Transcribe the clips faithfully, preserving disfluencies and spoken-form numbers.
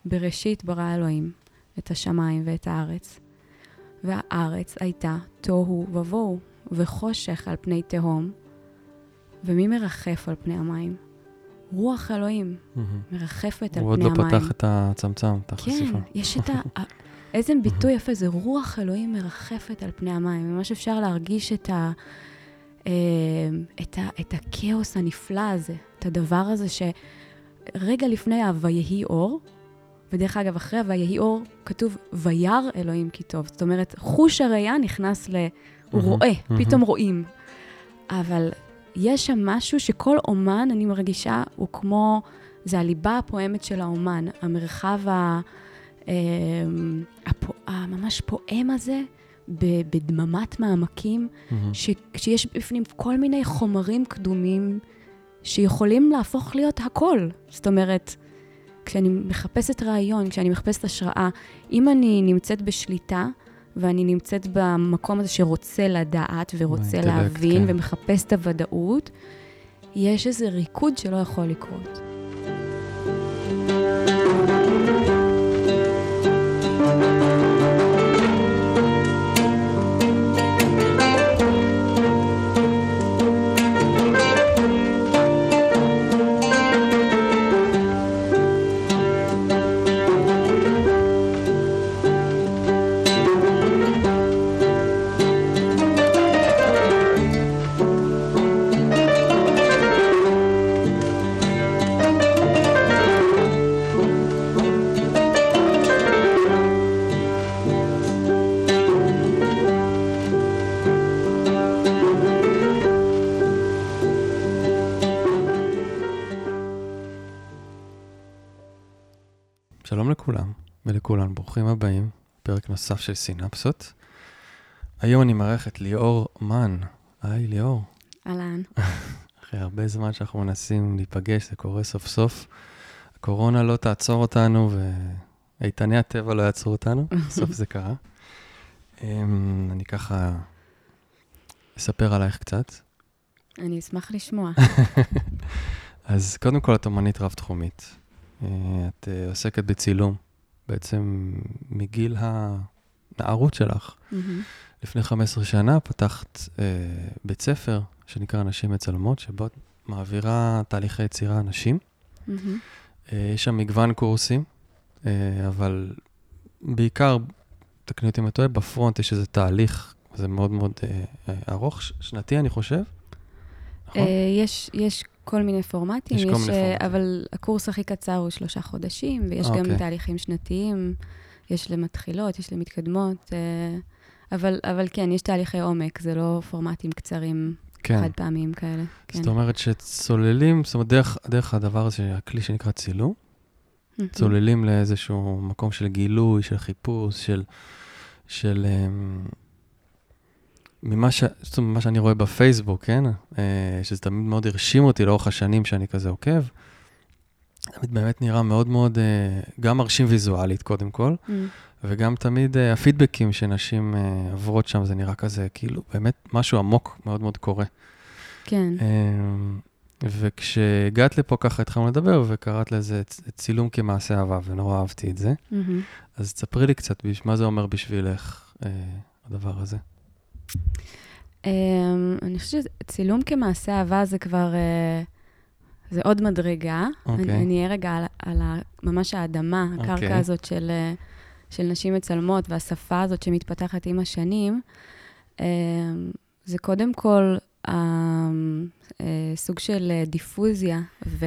בראשית ברא אלוהים את השמיים ואת הארץ. והארץ הייתה תוהו ובוהו, וחושך על פני תהום. ומי מרחף על פני המים? רוח אלוהים מרחפת על פני המים. הוא עוד לא פתח את הצמצם, את החשיפה. כן, יש את ה... איזה ביטוי יפה, זה רוח אלוהים מרחפת על פני המים. ממש אפשר להרגיש את ה... את ה... את הכאוס הנפלא הזה, את הדבר הזה שרגע לפני ה"ויהי אור", ודרך אגב, אחרי ה"ויהי אור", כתוב "וירא אלוהים כי טוב". זאת אומרת, חוש הראייה נכנס ל... הוא רואה, פתאום רואים. אבל יש שם משהו שכל אומן, אני מרגישה, הוא כמו... זה הליבה הפועמת של האומן, המרחב ה... הממש פועם הזה, בדממת מעמקים, שיש בפנים כל מיני חומרים קדומים, שיכולים להפוך להיות הכל. זאת אומרת, כשאני מחפשת רעיון, כשאני מחפשת השראה, אם אני נמצאת בשליטה, ואני נמצאת במקום הזה שרוצה לדעת, ורוצה להבין, ומחפש את הוודאות, יש איזה ריקוד שלא יכול לקרות. שלום לכולם ולכולן, ברוכים הבאים, פרק נוסף של סינפסות. היום אני מארח את ליאור מן. היי ליאור. אהלן. אחרי הרבה זמן שאנחנו מנסים להיפגש, זה קורה סוף סוף. הקורונה לא תעצור אותנו ואיתני הטבע לא יעצור אותנו, סוף זה קרה. אני ככה אספר עלייך קצת. אני אשמח לשמוע. אז קודם כל את אומנית רב-תחומית. את עוסקת בצילום, בעצם מגיל הנערות שלך. Mm-hmm. לפני חמש עשרה שנה פתחת אה, בית ספר שנקרא נשים מצלמות, שבו את מעבירה תהליכי יצירה אנשים. Mm-hmm. אה, יש שם מגוון קורסים, אה, אבל בעיקר, תקני אותי אם אתה אוהב, בפרונט יש איזה תהליך, זה מאוד מאוד אה, ארוך, שנתי אני חושב. נכון? אה, יש, יש כל מיני פורמטים, יש, יש, כל מיני פורמטים. אבל הקורס הכי קצר הוא שלושה חודשים, ויש גם אוקיי. תהליכים שנתיים, יש למתחילות, יש למתקדמות, אבל, אבל כן, יש תהליכי עומק, זה לא פורמטים קצרים, כן. חד פעמיים כאלה. כן. זאת אומרת שצוללים, זאת אומרת, דרך, דרך הדבר הזה, הכלי שנקרא צילום, צוללים לאיזשהו מקום של גילוי, של חיפוש, של... של ממה ש... זאת אומרת, מה שאני רואה בפייסבוק, כן? שזה תמיד מאוד הרשים אותי לאורך השנים שאני כזה עוקב. תמיד באמת נראה מאוד מאוד, גם מרשים ויזואלית קודם כל, mm. וגם תמיד הפידבקים שנשים עברות שם, זה נראה כזה, כאילו, באמת משהו עמוק מאוד מאוד קורה. כן. וכשהגעת לפה ככה התחלנו לדבר, וקראת לזה צילום כמעשה אהבה, ונורא אהבתי את זה. Mm-hmm. אז תספרי לי קצת, מה זה אומר בשבילך, הדבר הזה? אני חושבת שצילום כמעשה אהבה זה כבר, זה עוד מדרגה. אני אהיה רגע על ממש האדמה, הקרקע הזאת של נשים מצלמות, והשפה הזאת שמתפתחת עם השנים. זה קודם כל סוג של דיפוזיה,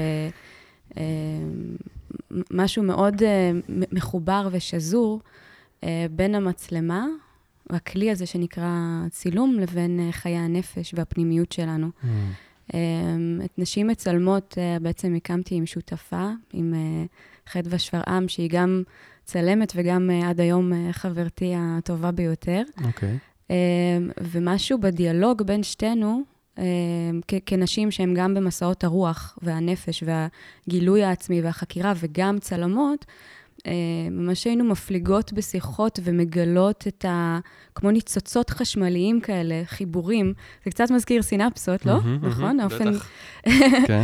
ומשהו מאוד מחובר ושזור בין המצלמה, הכלי הזה שנקרא צילום, לבין חיי הנפש והפנימיות שלנו. Mm. את נשים מצלמות בעצם הקמתי עם שותפה, עם חדווה שפרעם, שהיא גם צלמת וגם עד היום חברתי הטובה ביותר. אוקיי. Okay. ומשהו בדיאלוג בין שתינו, כ- כנשים שהן גם במסעות הרוח והנפש והגילוי העצמי והחקירה וגם צלמות, ממש היינו מפליגות בשיחות ומגלות את ה... כמו ניצוצות חשמליים כאלה, חיבורים. זה קצת מזכיר סינפסות, לא? נכון? בטח. כן.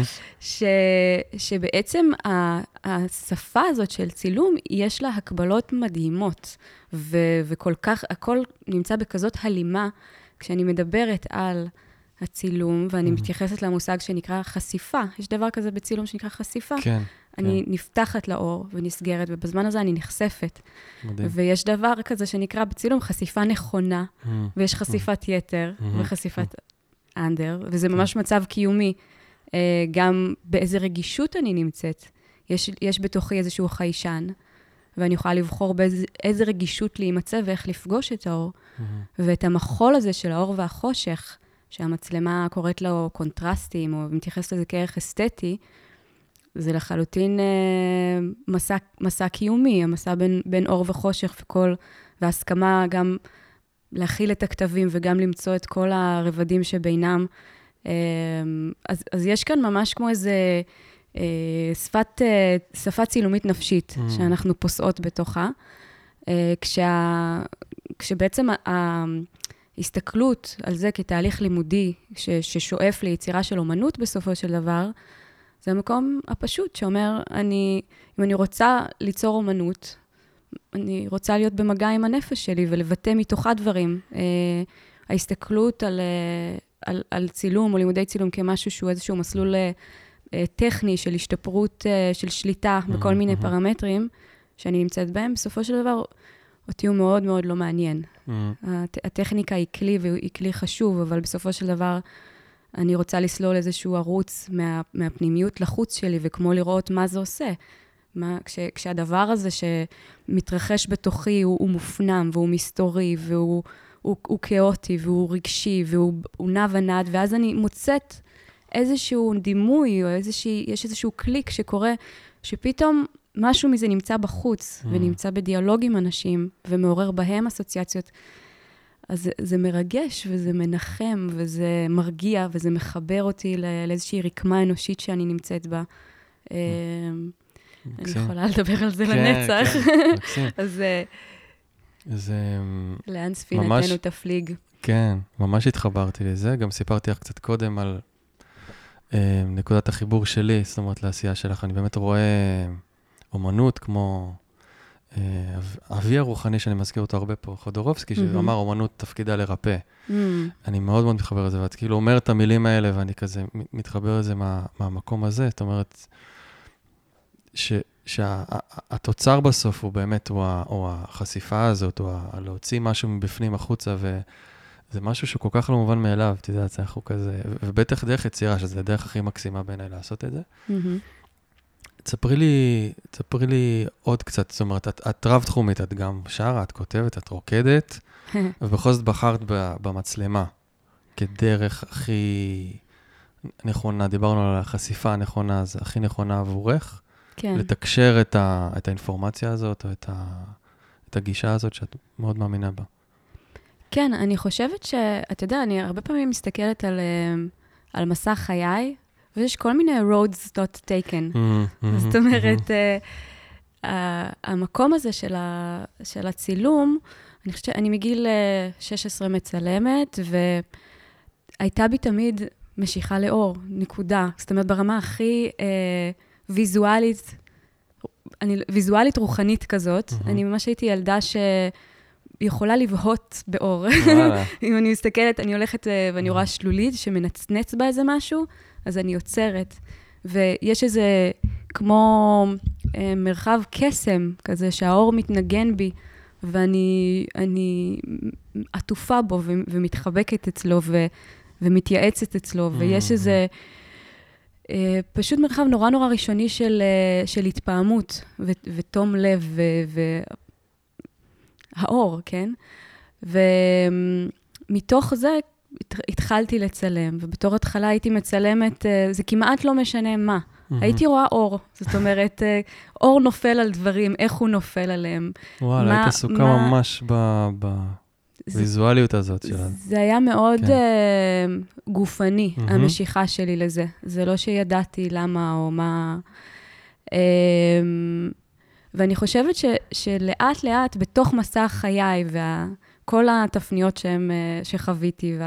שבעצם השפה הזאת של צילום, יש לה הקבלות מדהימות, וכל כך, הכל נמצא בכזאת הלימה, כשאני מדברת על הצילום, ואני מתייחסת למושג שנקרא חשיפה. יש דבר כזה בצילום שנקרא חשיפה. כן. אני כן. נפתחת לאור ונסגרת, ובזמן הזה אני נחשפת. מדהים. ויש דבר כזה שנקרא בצילום חשיפה נכונה, mm. ויש חשיפת mm. יתר, mm-hmm. וחשיפת mm. אנדר, וזה ממש mm. מצב קיומי. גם באיזה רגישות אני נמצאת. יש, יש בתוכי איזשהו חיישן, ואני יכולה לבחור באיזה רגישות להימצא ואיך לפגוש את האור. Mm-hmm. ואת המחול הזה של האור והחושך, שהמצלמה קוראת לו קונטרסטים, או מתייחסת לזה כערך אסתטי, זה לחלוטין אה, מסע, מסע קיומי, המסע בין, בין אור וחושך וכל, והסכמה גם להכיל את הכתבים וגם למצוא את כל הרבדים שבינם. אה, אז, אז יש כאן ממש כמו איזה אה, שפת, אה, שפה צילומית נפשית, mm. שאנחנו פוסעות בתוכה, אה, כשה, כשבעצם ההסתכלות על זה כתהליך לימודי, ש, ששואף ליצירה של אומנות בסופו של דבר, זה המקום הפשוט שאומר, אני, אם אני רוצה ליצור אומנות, אני רוצה להיות במגע עם הנפש שלי ולבטא מתוכה דברים. אה, ההסתכלות על, על, על צילום או לימודי צילום כמשהו שהוא איזשהו מסלול אה, טכני של השתפרות, אה, של שליטה בכל מיני פרמטרים שאני נמצאת בהם, בסופו של דבר אותי הוא מאוד מאוד לא מעניין. הט, הטכניקה היא כלי והיא כלי חשוב, אבל בסופו של דבר אני רוצה לסלול איזשהו ערוץ מה, מהפנימיות לחוץ שלי, וכמו לראות מה זה עושה. מה, כש, כשהדבר הזה שמתרחש בתוכי הוא, הוא מופנם, והוא מסתורי, והוא הוא, הוא כאוטי, והוא רגשי, והוא נע ונד, ואז אני מוצאת איזשהו דימוי, או איזושהי, יש איזשהו קליק שקורה, שפתאום משהו מזה נמצא בחוץ, mm. ונמצא בדיאלוג עם אנשים, ומעורר בהם אסוציאציות. אז זה, זה מרגש, וזה מנחם, וזה מרגיע, וזה מחבר אותי לא, לאיזושהי רקמה אנושית שאני נמצאת בה. Mm. אני יכולה לדבר על זה כן, לנצח. כן, מקסים. אז זה... לאן ספינתנו תפליג. כן, ממש התחברתי לזה. גם סיפרתי לך קצת קודם על אה, נקודת החיבור שלי, זאת אומרת, לעשייה שלך. אני באמת רואה אומנות כמו... אבי הרוחני, שאני מזכיר אותו הרבה פה, חודורובסקי, שאמר, אומנות תפקידה לרפא. אני מאוד מאוד מתחבר לזה, ואת כאילו אומר את המילים האלה, ואני כזה מתחבר לזה מהמקום הזה. זאת אומרת, שהתוצר בסוף הוא באמת, או החשיפה הזאת, או להוציא משהו מבפנים החוצה, וזה משהו שכל כך לא מובן מאליו, תדע, זה אנחנו כזה, ובטח דרך יצירה, שזה הדרך הכי מקסימה בעיניי לעשות את זה. תספרי לי, תספרי לי עוד קצת, זאת אומרת, את, את רב תחומית, את גם שרה, את כותבת, את רוקדת, ובכל זאת בחרת במצלמה, כדרך הכי נכונה, דיברנו על החשיפה הנכונה, זה הכי נכונה עבורך, כן. לתקשר את, ה, את האינפורמציה הזאת, או את, ה, את הגישה הזאת שאת מאוד מאמינה בה. כן, אני חושבת שאת יודע, אני הרבה פעמים מסתכלת על, על מסע חיי, ויש כל מיני roads not taken. זאת אומרת, המקום הזה של הצילום, אני חושבת שאני מגיל שש עשרה מצלמת, והייתה בי תמיד משיכה לאור, נקודה. זאת אומרת, ברמה הכי ויזואלית, ויזואלית רוחנית כזאת, אני ממש הייתי ילדה ש... יכולה לבהות באור. אם אני מסתכלת, אני הולכת ואני רואה שלולית שמנצנץ בה איזה משהו, אז אני יוצרת. ויש איזה כמו אה, מרחב קסם כזה שהאור מתנגן בי, ואני אני עטופה בו ו- ומתחבקת אצלו ו- ומתייעצת אצלו, ויש איזה אה, פשוט מרחב נורא נורא ראשוני של, אה, של התפעמות ו- ותום לב ו... ו- האור, כן? ומתוך זה התחלתי לצלם, ובתור התחלה הייתי מצלמת, זה כמעט לא משנה מה. הייתי רואה אור, זאת אומרת, אור נופל על דברים, איך הוא נופל עליהם. וואלה, היית עסוקה ממש בוויזואליות הזאת שלנו. זה היה מאוד גופני, המשיכה שלי לזה. זה לא שידעתי למה או מה... ואני חושבת ש, שלאט לאט בתוך מסע חיי, וכל התפניות שהם, שחוויתי,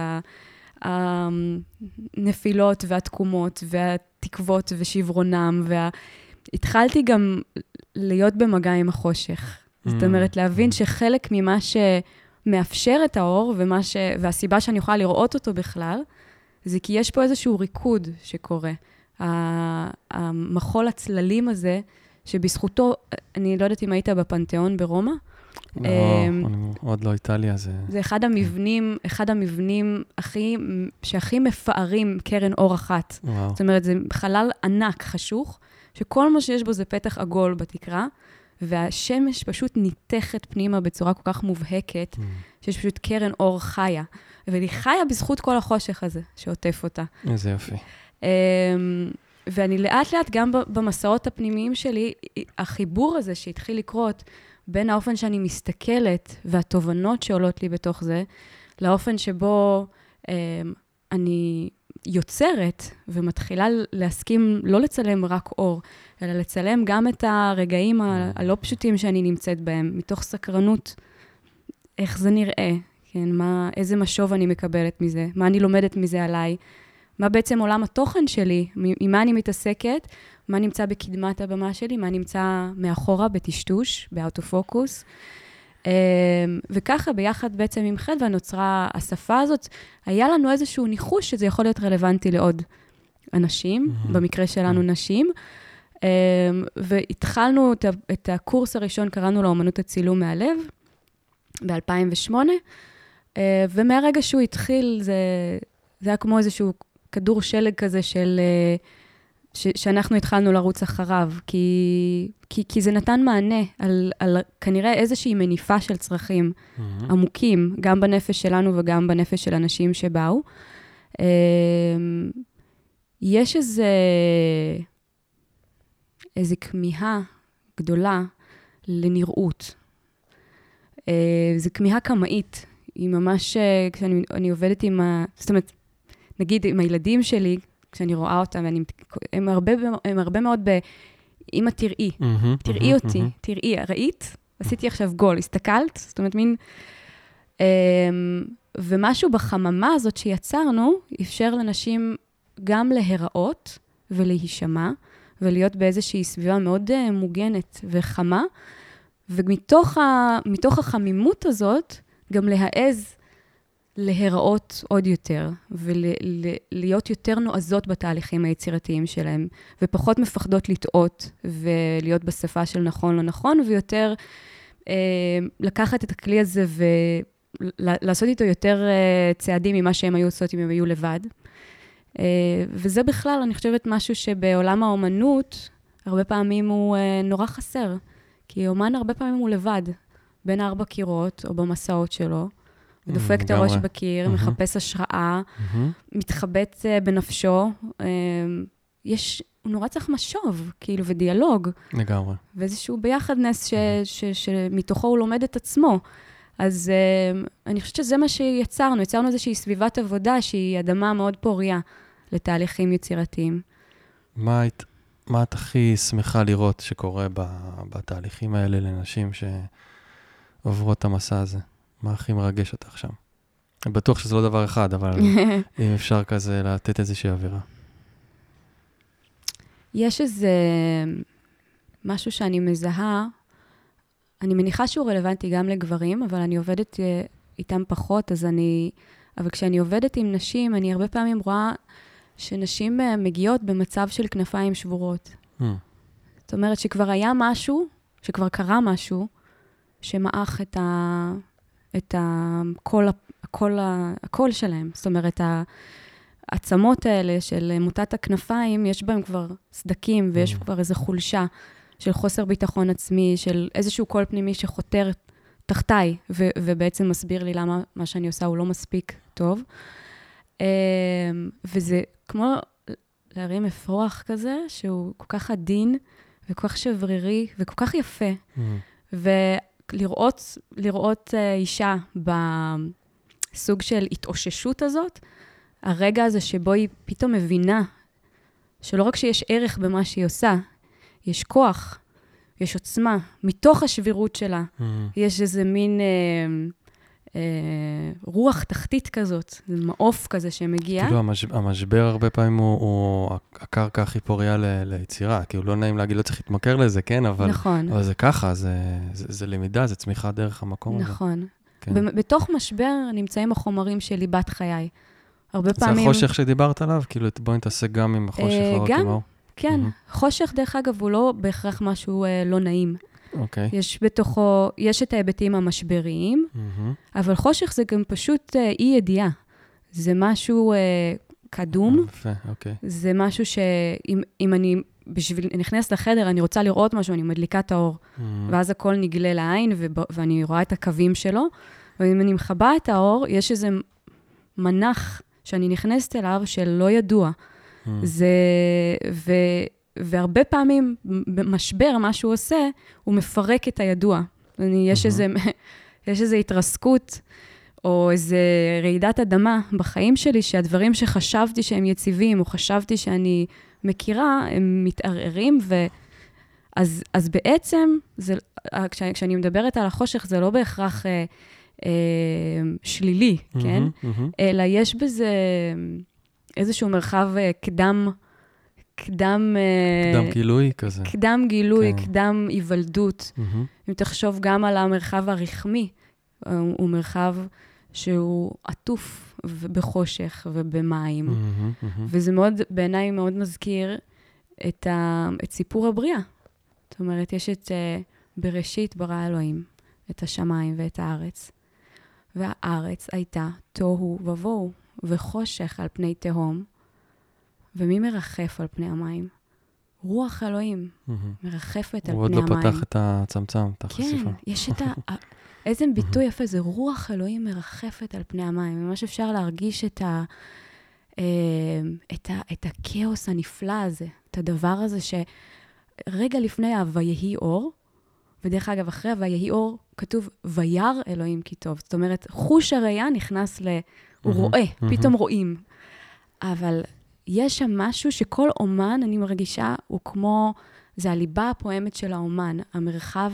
והנפילות והתקומות, והתקוות ושברונם, והתחלתי גם להיות במגע עם החושך. Mm. זאת אומרת, להבין שחלק ממה שמאפשר את האור, ומה ש... והסיבה שאני יכולה לראות אותו בכלל, זה כי יש פה איזשהו ריקוד שקורה. המחול הצללים הזה, שבזכותו, אני לא יודעת אם היית בפנתיאון ברומא. לא, עוד לא איטליה. זה אחד המבנים, אחד המבנים הכי, שהכי מפארים קרן אור אחת. זאת אומרת, זה חלל ענק, חשוך, שכל מה שיש בו זה פתח עגול בתקרה, והשמש פשוט ניתכת פנימה בצורה כל כך מובהקת, שיש פשוט קרן אור חיה. והיא חיה בזכות כל החושך הזה, שעוטף אותה. איזה יופי. ואני לאט לאט, גם במסעות הפנימיים שלי, החיבור הזה שהתחיל לקרות, בין האופן שאני מסתכלת, והתובנות שעולות לי בתוך זה, לאופן שבו אני יוצרת, ומתחילה להסכים לא לצלם רק אור, אלא לצלם גם את הרגעים הלא פשוטים שאני נמצאת בהם, מתוך סקרנות, איך זה נראה, כן, מה, איזה משוב אני מקבלת מזה, מה אני לומדת מזה עליי, מה בעצם עולם התוכן שלי, עם מה אני מתעסקת, מה נמצא בקדמת הבמה שלי, מה נמצא מאחורה בטשטוש, באוטופוקוס. וככה ביחד בעצם עם חדווה נוצרה השפה הזאת, היה לנו איזשהו ניחוש שזה יכול להיות רלוונטי לעוד אנשים, במקרה שלנו נשים, והתחלנו את הקורס הראשון, קראנו לו אומנות הצילום מהלב, ב-אלפיים ושמונה, ומהרגע שהוא התחיל, זה, זה היה כמו איזשהו כדור שלג כזה של, ש, שאנחנו התחלנו לרוץ אחריו, כי, כי, כי זה נתן מענה על, על כנראה איזושהי מניפה של צרכים mm-hmm. עמוקים, גם בנפש שלנו וגם בנפש של אנשים שבאו. יש איזה, איזה כמיהה גדולה לנראות. זו כמיהה קמאית. היא ממש, כשאני אני עובדת עם ה... זאת אומרת, נגיד עם הילדים שלי, כשאני רואה אותם, ואני, הם, הרבה, הם הרבה מאוד ב... אמא תראי, mm-hmm, תראי mm-hmm, אותי, mm-hmm. תראי, ראית? עשיתי עכשיו גול, הסתכלת? זאת אומרת, מין... ומשהו בחממה הזאת שיצרנו, אפשר לנשים גם להיראות ולהישמע, ולהיות באיזושהי סביבה מאוד מוגנת וחמה, ומתוך ה, מתוך החמימות הזאת, גם להעז להיראות עוד יותר, ולהיות יותר נועזות בתהליכים היצירתיים שלהם, ופחות מפחדות לטעות, ולהיות בשפה של נכון לא נכון, ויותר אה, לקחת את הכלי הזה, ולעשות איתו יותר אה, צעדים ממה שהם היו עושות אם הם היו לבד. אה, וזה בכלל, אני חושבת, משהו שבעולם האומנות, הרבה פעמים הוא אה, נורא חסר, כי אומן הרבה פעמים הוא לבד, בין ארבע קירות, או במסעות שלו, דופק את הראש בקיר, מחפש השראה, מתחבט בנפשו. יש, הוא נורא צריך משוב, כאילו, ודיאלוג. לגמרי. ואיזשהו ביחדנס שמתוכו הוא לומד את עצמו. אז אני חושבת שזה מה שיצרנו. יצרנו איזושהי סביבת עבודה שהיא אדמה מאוד פוריה לתהליכים יצירתיים. מה היית, מה את הכי שמחה לראות שקורה בתהליכים האלה לנשים שעוברות את המסע הזה? מה הכי מרגש אותך שם? אני בטוח שזה לא דבר אחד, אבל אם אפשר כזה לתת איזושהי אווירה. יש איזה משהו שאני מזהה, אני מניחה שהוא רלוונטי גם לגברים, אבל אני עובדת איתם פחות, אז אני, אבל כשאני עובדת עם נשים, אני הרבה פעמים רואה שנשים מגיעות במצב של כנפיים שבורות. Hmm. זאת אומרת שכבר היה משהו, שכבר קרה משהו, שמעך את ה... את הקול, הקול, הקול שלהם. זאת אומרת, העצמות האלה של מוטת הכנפיים, יש בהם כבר סדקים, ויש כבר איזו חולשה של חוסר ביטחון עצמי, של איזשהו קול פנימי שחותר תחתיי, ו- ובעצם מסביר לי למה מה שאני עושה הוא לא מספיק טוב. וזה כמו להרים אפרוח כזה, שהוא כל כך עדין, וכל כך שברירי, וכל כך יפה. ו... לראות, לראות אישה בסוג של התאוששות הזאת, הרגע הזה שבו היא פתאום מבינה שלא רק שיש ערך במה שהיא עושה, יש כוח, יש עוצמה, מתוך השבירות שלה. Mm-hmm. יש איזה מין אה, אה, רוח תחתית כזאת, מעוף כזה שמגיע. כאילו, המשבר, המשבר הרבה פעמים הוא, הוא הקרקע הכי פוריה ל, ליצירה, כאילו לא נעים להגיד, לא צריך להתמכר לזה, כן, אבל, נכון. אבל זה ככה, זה, זה, זה למידה, זה צמיחה דרך המקום הזה. נכון. כן. בתוך משבר נמצאים החומרים של ליבת חיי. הרבה זה פעמים... זה החושך שדיברת עליו? כאילו, בואי נתעסק גם עם החושך, לא רק עם האור. כן, mm-hmm. חושך, דרך אגב, הוא לא בהכרח משהו אה, לא נעים. אוקיי. Okay. יש בתוכו, יש את ההיבטים המשבריים, mm-hmm. אבל חושך זה גם פשוט אה, אי ידיעה. זה משהו אה, קדום. יפה, אוקיי. זה משהו שאם אם אני בשביל, נכנס לחדר, אני רוצה לראות משהו, אני מדליקה את האור, mm-hmm. ואז הכל נגלה לעין, ו- ואני רואה את הקווים שלו, ואם אני מחבאה את האור, יש איזה מנח שאני נכנסת אליו של לא ידוע. Mm. זה, ו, והרבה פעמים במשבר, מה שהוא עושה, הוא מפרק את הידוע. יש, mm-hmm. איזה, יש איזו התרסקות, או איזו רעידת אדמה בחיים שלי, שהדברים שחשבתי שהם יציבים, או חשבתי שאני מכירה, הם מתערערים, ואז, אז בעצם, זה, כש, כשאני מדברת על החושך, זה לא בהכרח אה, אה, שלילי, mm-hmm, כן? Mm-hmm. אלא יש בזה... איזשהו מרחב קדם, קדם... קדם גילוי כזה. קדם גילוי, כן. קדם היוולדות. Mm-hmm. אם תחשוב גם על המרחב הרחמי, הוא מרחב שהוא עטוף בחושך ובמים. Mm-hmm, mm-hmm. וזה מאוד, בעיניי מאוד מזכיר את, ה, את סיפור הבריאה. זאת אומרת, יש את uh, בראשית ברא אלוהים, את השמיים ואת הארץ. והארץ הייתה תוהו ובוהו. וחושך על פני תהום, ומי מרחף על פני המים? רוח אלוהים mm-hmm. מרחפת על פני המים. הוא עוד לא פתח את הצמצם, את החשיפה. כן, יש את ה... איזה ביטוי יפה, זה רוח אלוהים מרחפת על פני המים. ממש אפשר להרגיש את ה... את ה... את הכאוס הנפלא הזה, את הדבר הזה שרגע לפני ה"ויהי אור", ודרך אגב, אחרי ה"ויהי אור", כתוב "וירא אלוהים כי טוב". זאת אומרת, חוש הראייה נכנס ל... הוא רואה, פתאום רואים. אבל יש שם משהו שכל אומן, אני מרגישה, הוא כמו, זה הליבה הפועמת של האומן, המרחב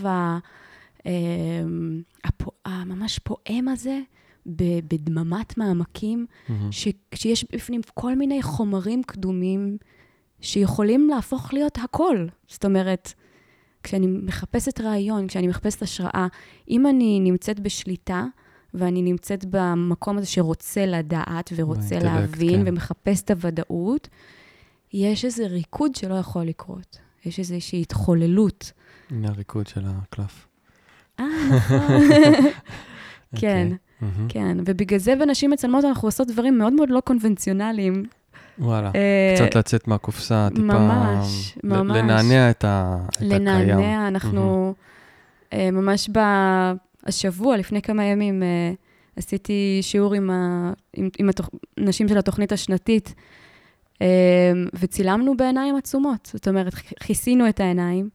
הממש פועם הזה, בדממת מעמקים, שיש בפנים כל מיני חומרים קדומים, שיכולים להפוך להיות הכל. זאת אומרת, כשאני מחפשת רעיון, כשאני מחפשת השראה, אם אני נמצאת בשליטה, ואני נמצאת במקום הזה שרוצה לדעת ורוצה להבין, כן. ומחפש את הוודאות, יש איזה ריקוד שלא יכול לקרות. יש איזושהי התחוללות. הנה הריקוד של הקלף. אה, נכון. כן, כן. ובגלל זה בנשים מצלמות אנחנו עושות דברים מאוד מאוד לא קונבנציונליים. וואלה, קצת לצאת מהקופסה, טיפה... ממש, ממש. לנענע את הקיים. לנענע, אנחנו ממש ב... השבוע, לפני כמה ימים, uh, עשיתי שיעור עם, ה, עם, עם הנשים של התוכנית השנתית, uh, וצילמנו בעיניים עצומות. זאת אומרת, כיסינו את העיניים,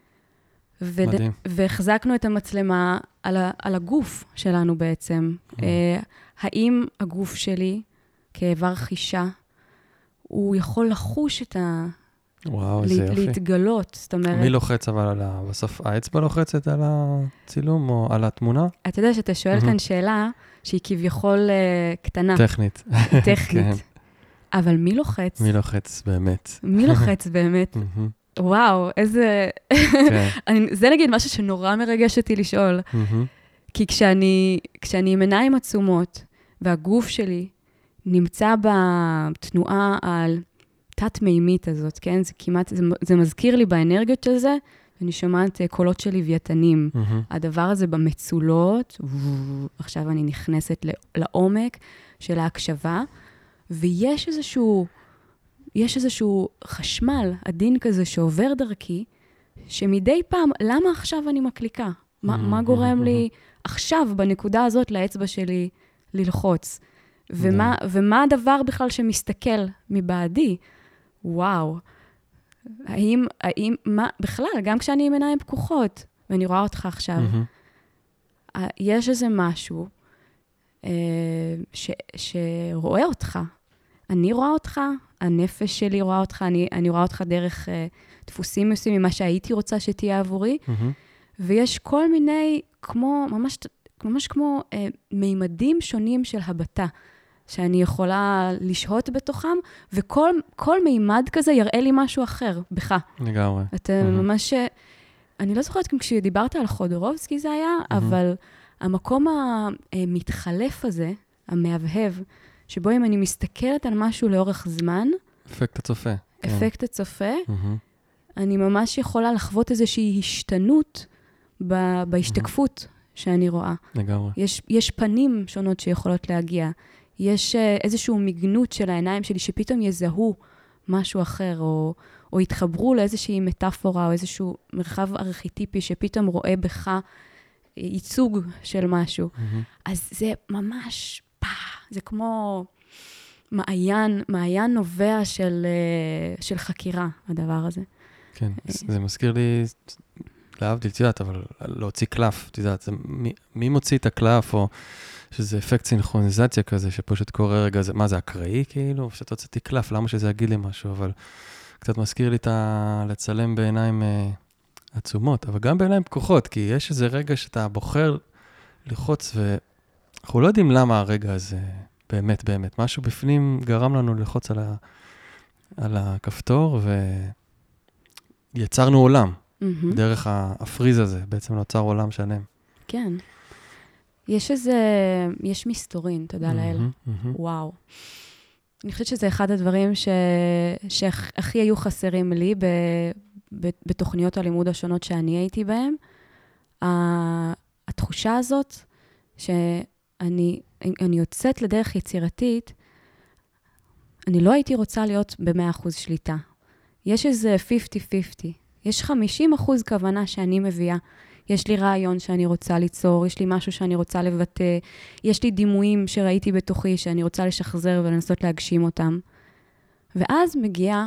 וד, והחזקנו את המצלמה על, ה, על הגוף שלנו בעצם. Mm. Uh, האם הגוף שלי, כאיבר חישה, הוא יכול לחוש את ה... וואו, איזה יופי. להתגלות, זאת אומרת... מי לוחץ אבל על ה... בסוף האצבע לוחצת על הצילום או על התמונה? אתה יודע שאתה שואל כאן שאלה שהיא כביכול קטנה. טכנית. טכנית. אבל מי לוחץ? מי לוחץ באמת. מי לוחץ באמת? וואו, איזה... זה נגיד משהו שנורא מרגש אותי לשאול. כי כשאני עם עיניים עצומות, והגוף שלי נמצא בתנועה על... תת-מימית הזאת, כן? זה כמעט, זה, זה מזכיר לי באנרגיות של זה, אני שומעת קולות של לוויתנים. Mm-hmm. הדבר הזה במצולות, עכשיו אני נכנסת לעומק של ההקשבה, ויש איזשהו, יש איזשהו חשמל עדין כזה שעובר דרכי, שמדי פעם, למה עכשיו אני מקליקה? Mm-hmm. מה, מה גורם לי עכשיו, בנקודה הזאת, לאצבע שלי ללחוץ? ומה, mm-hmm. ומה הדבר בכלל שמסתכל מבעדי? וואו, האם, האם, מה, בכלל, גם כשאני עם עיניים פקוחות, ואני רואה אותך עכשיו, mm-hmm. יש איזה משהו אה, ש, שרואה אותך. אני רואה אותך, הנפש שלי רואה אותך, אני, אני רואה אותך דרך אה, דפוסים מסוימים, ממה שהייתי רוצה שתהיה עבורי, Mm-hmm. ויש כל מיני, כמו, ממש, ממש כמו אה, מימדים שונים של הבטה, שאני יכולה לשהות בתוכם, וכל כל מימד כזה יראה לי משהו אחר, בך. לגמרי. אתה mm-hmm. ממש, אני לא זוכרת גם כשדיברת על חודורובסקי זה היה, mm-hmm. אבל המקום המתחלף הזה, המהבהב, שבו אם אני מסתכלת על משהו לאורך זמן, אפקט הצופה. אפקט הצופה, Mm-hmm. אני ממש יכולה לחוות איזושהי השתנות ב- בהשתקפות mm-hmm. שאני רואה. לגמרי. יש, יש פנים שונות שיכולות להגיע. יש uh, איזשהו מגנות של העיניים שלי, שפתאום יזהו משהו אחר, או, או יתחברו לאיזושהי מטאפורה, או איזשהו מרחב ארכיטיפי, שפתאום רואה בך ייצוג של משהו. Mm-hmm. אז זה ממש, פא, זה כמו מעיין, מעיין נובע של, uh, של חקירה, הדבר הזה. כן, זה מזכיר לי, להבדיל, תדעת, אבל להוציא קלף, תדעת, זה, מי, מי מוציא את הקלף, או שזה אפקט סינכרוניזציה כזה, שפשוט קורה רגע, זה, מה זה, אקראי כאילו? שאתה הוצאתי קלף, למה שזה יגיד לי משהו? אבל קצת מזכיר לי את ה... לצלם בעיניים אה, עצומות, אבל גם בעיניים פקוחות, כי יש איזה רגע שאתה בוחר לחוץ, ואנחנו לא יודעים למה הרגע הזה באמת, באמת. משהו בפנים גרם לנו ללחוץ על, ה... על הכפתור, ויצרנו עולם. Mm-hmm. דרך הפריז הזה, בעצם נוצר עולם שלם. כן. יש איזה, יש מסתורין, תודה mm-hmm, לאל. Mm-hmm. וואו. אני חושבת שזה אחד הדברים ש... שהכי היו חסרים לי ב... ב... בתוכניות הלימוד השונות שאני הייתי בהן. התחושה הזאת שאני אני יוצאת לדרך יצירתית, אני לא הייתי רוצה להיות ב-מאה אחוז שליטה. יש איזה חמישים חמישים. יש חמישים אחוז כוונה שאני מביאה. יש לי רעיון שאני רוצה ליצור, יש לי משהו שאני רוצה לבטא, יש לי דימויים שראיתי בתוכי שאני רוצה לשחזר ולנסות להגשים אותם. ואז מגיע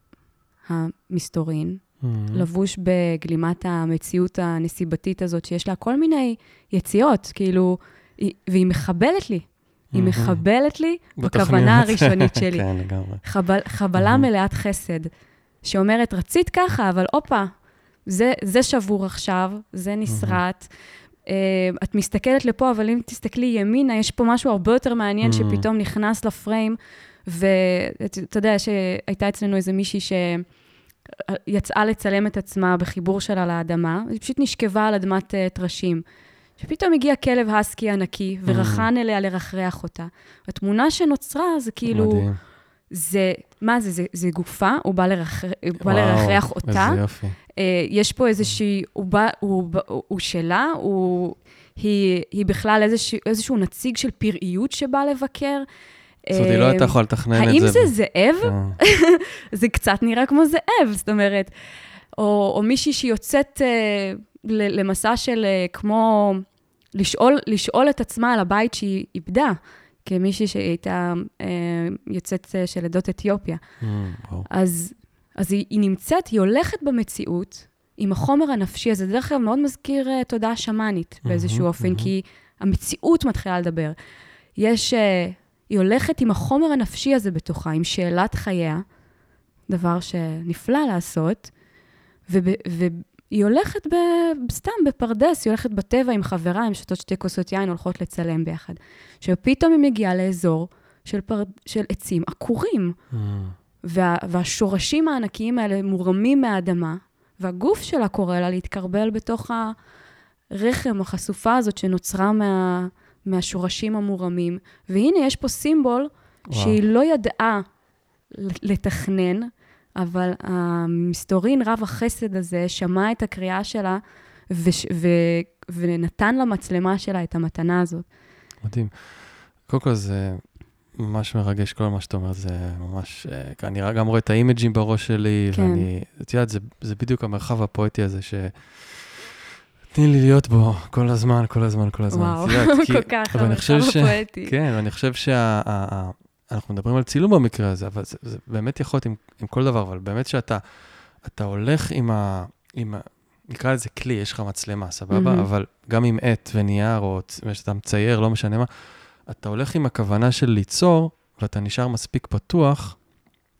המסתורין, mm-hmm. לבוש בגלימת המציאות הנסיבתית הזאת, שיש לה כל מיני יציאות, כאילו, והיא מחבלת לי. Mm-hmm. היא מחבלת לי בכוונה הראשונית שלי. כן, לגמרי. חבל, חבלה mm-hmm. מלאת חסד. שאומרת, רצית ככה, אבל אופה, זה, זה שבור עכשיו, זה נסרט. Mm-hmm. Uh, את מסתכלת לפה, אבל אם תסתכלי ימינה, יש פה משהו הרבה יותר מעניין mm-hmm. שפתאום נכנס לפריים, ואתה יודע שהייתה אצלנו איזה מישהי שיצאה לצלם את עצמה בחיבור שלה לאדמה, היא פשוט נשכבה על אדמת uh, תרשים. שפתאום הגיע כלב הסקי ענקי, ורחן mm-hmm. אליה לרחרח אותה. התמונה שנוצרה זה כאילו... מדהים. זה, מה זה, זה, זה גופה, הוא בא לרחרח, בא לרחרח אותה. איזה יופי. יש פה איזושהי, הוא, בא, הוא, הוא, הוא שלה, הוא, היא, היא בכלל איזשהו, איזשהו נציג של פראיות שבא לבקר. זאת אומרת, היא לא הייתה יכולה לתכנן את זה. האם זה זאב? זה קצת נראה כמו זאב, זאת אומרת. או, או מישהי שיוצאת למסע של כמו, לשאול, לשאול את עצמה על הבית שהיא איבדה. כמישהי שהייתה אה, יוצאת של עדות אתיופיה. Mm, wow. אז, אז היא, היא נמצאת, היא הולכת במציאות, עם החומר הנפשי הזה, דרך כלל מאוד מזכיר uh, תודעה שמאנית באיזשהו mm-hmm, אופן, mm-hmm. כי המציאות מתחילה לדבר. יש, uh, היא הולכת עם החומר הנפשי הזה בתוכה, עם שאלת חייה, דבר שנפלא לעשות, וב, והיא הולכת ב, סתם בפרדס, היא הולכת בטבע עם חברה, עם שתות שתי כוסות יין, הולכות לצלם ביחד. שפתאום היא מגיעה לאזור של, פרד, של עצים עקורים, mm. וה, והשורשים הענקיים האלה מורמים מהאדמה, והגוף שלה קורא לה להתקרבל בתוך הרחם, החשופה הזאת שנוצרה מה, מהשורשים המורמים. והנה יש פה סימבול wow. שהיא לא ידעה לתכנן, אבל המסתורין רב החסד הזה שמע את הקריאה שלה, ו- ו- ונתן למצלמה שלה את המתנה הזאת. מדהים. קודם כל זה ממש מרגש, כל מה שאתה אומר, זה ממש, אני גם רואה את האימג'ים בראש שלי, כן. ואני, את יודעת, זה, זה בדיוק המרחב הפואטי הזה, ש... תני לי להיות בו כל הזמן, כל הזמן, כל הזמן. וואו, יודעת, כי, כל כך המרחב הפואטי. כן, ואני חושב שה... אנחנו מדברים על צילום במקרה הזה, אבל זה, זה באמת יכול להיות עם, עם כל דבר, אבל באמת שאתה אתה הולך עם ה... עם ה נקרא לזה כלי, יש לך מצלמה, סבבה? Mm-hmm. אבל גם עם עט ונייר, או שאתה מצייר, לא משנה מה, אתה הולך עם הכוונה של ליצור, ואתה נשאר מספיק פתוח,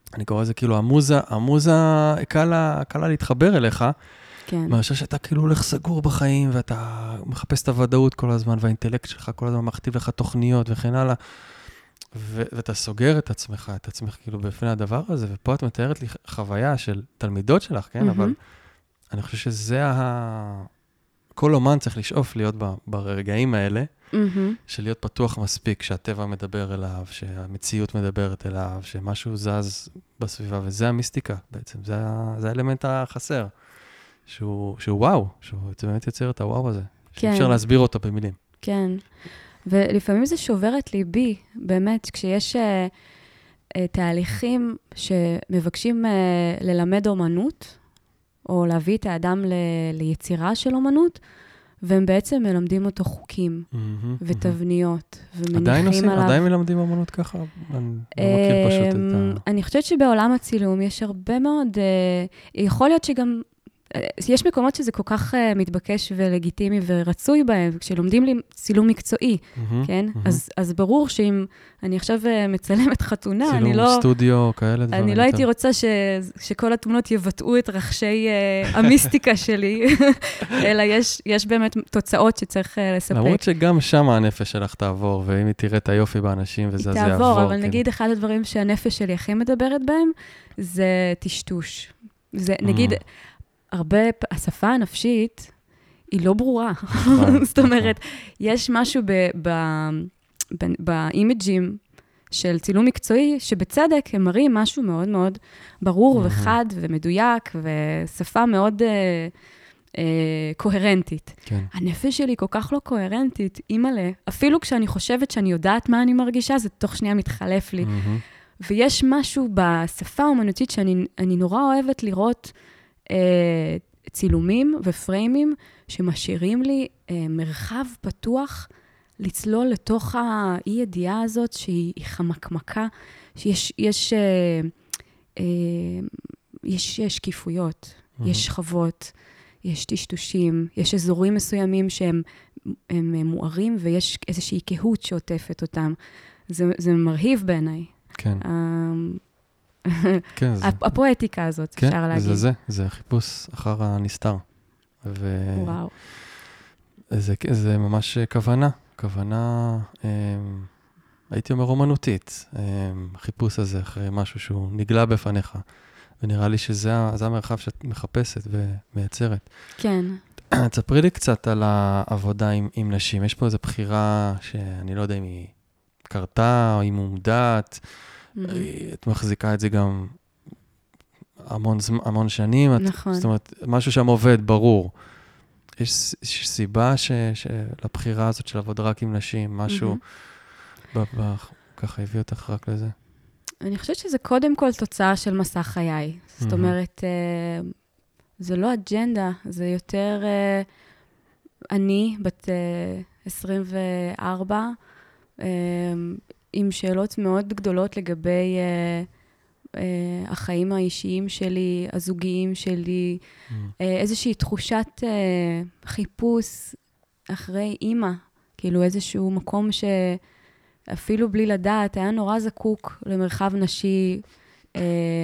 אני קורא לזה כאילו, המוזה, המוזה קלה, קלה להתחבר אליך, כן. מאשר שאתה כאילו הולך סגור בחיים, ואתה מחפש את הוודאות כל הזמן, והאינטלקט שלך כל הזמן מכתיב לך תוכניות וכן הלאה, ו- ואתה סוגר את עצמך, את עצמך כאילו בפני הדבר הזה, ופה את מתארת לי חוויה של תלמידות שלך, כן? Mm-hmm. אבל אני חושב שזה ה... כל אומן צריך לשאוף להיות ב- ברגעים האלה, mm-hmm. של להיות פתוח מספיק, שהטבע מדבר אליו, שהמציאות מדברת אליו, שמשהו זז בסביבה, וזה המיסטיקה בעצם, זה, ה- זה האלמנט החסר, שהוא, שהוא וואו, שהוא באמת יוצר את הוואו הזה, כן. שאפשר להסביר אותו במילים. כן. ולפעמים זה שובר את ליבי, באמת, כשיש uh, uh, תהליכים שמבקשים uh, ללמד אומנות, או להביא את האדם ל- ליצירה של אומנות, והם בעצם מלמדים אותו חוקים mm-hmm, ותבניות, mm-hmm. ומניחים עדיין עושים, עליו. עדיין מלמדים אומנות ככה? אני לא מכיר פשוט את ה... אני חושבת שבעולם הצילום יש הרבה מאוד, uh, יכול להיות שגם... יש מקומות שזה כל כך uh, מתבקש ולגיטימי ורצוי בהם, כשלומדים לי צילום מקצועי, mm-hmm, כן? Mm-hmm. אז, אז ברור שאם אני עכשיו uh, מצלמת חתונה, אני לא... צילום סטודיו, כאלה דברים. אני לא הייתי רוצה ש, שכל התמונות יבטאו את רחשי uh, המיסטיקה שלי, אלא יש, יש באמת תוצאות שצריך uh, לספק. למרות שגם שם הנפש שלך תעבור, ואם היא תראה את היופי באנשים, וזה יעבור. היא תעבור, אבל כן. נגיד אחד הדברים שהנפש שלי הכי מדברת בהם, זה טשטוש. זה, mm-hmm. נגיד... הרבה, השפה הנפשית היא לא ברורה. זאת אומרת, יש משהו באימג'ים של צילום מקצועי, שבצדק הם מראים משהו מאוד מאוד ברור וחד ומדויק, ושפה מאוד קוהרנטית. הנפש שלי כל כך לא קוהרנטית, אימא'לה, אפילו כשאני חושבת שאני יודעת מה אני מרגישה, זה תוך שנייה מתחלף לי. ויש משהו בשפה האומנותית שאני נורא אוהבת לראות, צילומים ופריימים שמשאירים לי מרחב פתוח לצלול לתוך האי-ידיעה הזאת שהיא חמקמקה, שיש יש, יש שקיפויות, יש שכבות, יש טשטושים, יש אזורים מסוימים שהם הם מוארים ויש איזושהי קהות שעוטפת אותם. זה, זה מרהיב בעיניי. כן. כן, הפואטיקה הזאת, כן, אפשר להגיד. זה זה, זה חיפוש אחר הנסתר. ו... וואו. זה, זה ממש כוונה, כוונה, אה, הייתי אומר אומנותית, אה, חיפוש הזה אחרי משהו שהוא נגלה בפניך, ונראה לי שזה זה המרחב שאת מחפשת ומייצרת. כן. תספרי לי קצת על העבודה עם, עם נשים, יש פה איזו בחירה שאני לא יודע אם היא קרתה או אם היא מודעת, את מחזיקה את זה גם המון, המון שנים. נכון. זאת אומרת, משהו שם עובד, ברור. יש, יש סיבה ש, שלבחירה הזאת של עבוד רק עם נשים, משהו ב, ב, ככה הביא אותך רק לזה? אני חושבת שזה קודם כל תוצאה של מסע חיי. זאת אומרת, זה לא אג'נדה, זה יותר אני, בת עשרים וארבע, עם שאלות מאוד גדולות לגבי uh, uh, החיים האישיים שלי, הזוגיים שלי, mm. uh, איזושהי תחושת uh, חיפוש אחרי אימא, כאילו איזשהו מקום שאפילו בלי לדעת, היה נורא זקוק למרחב נשי, uh,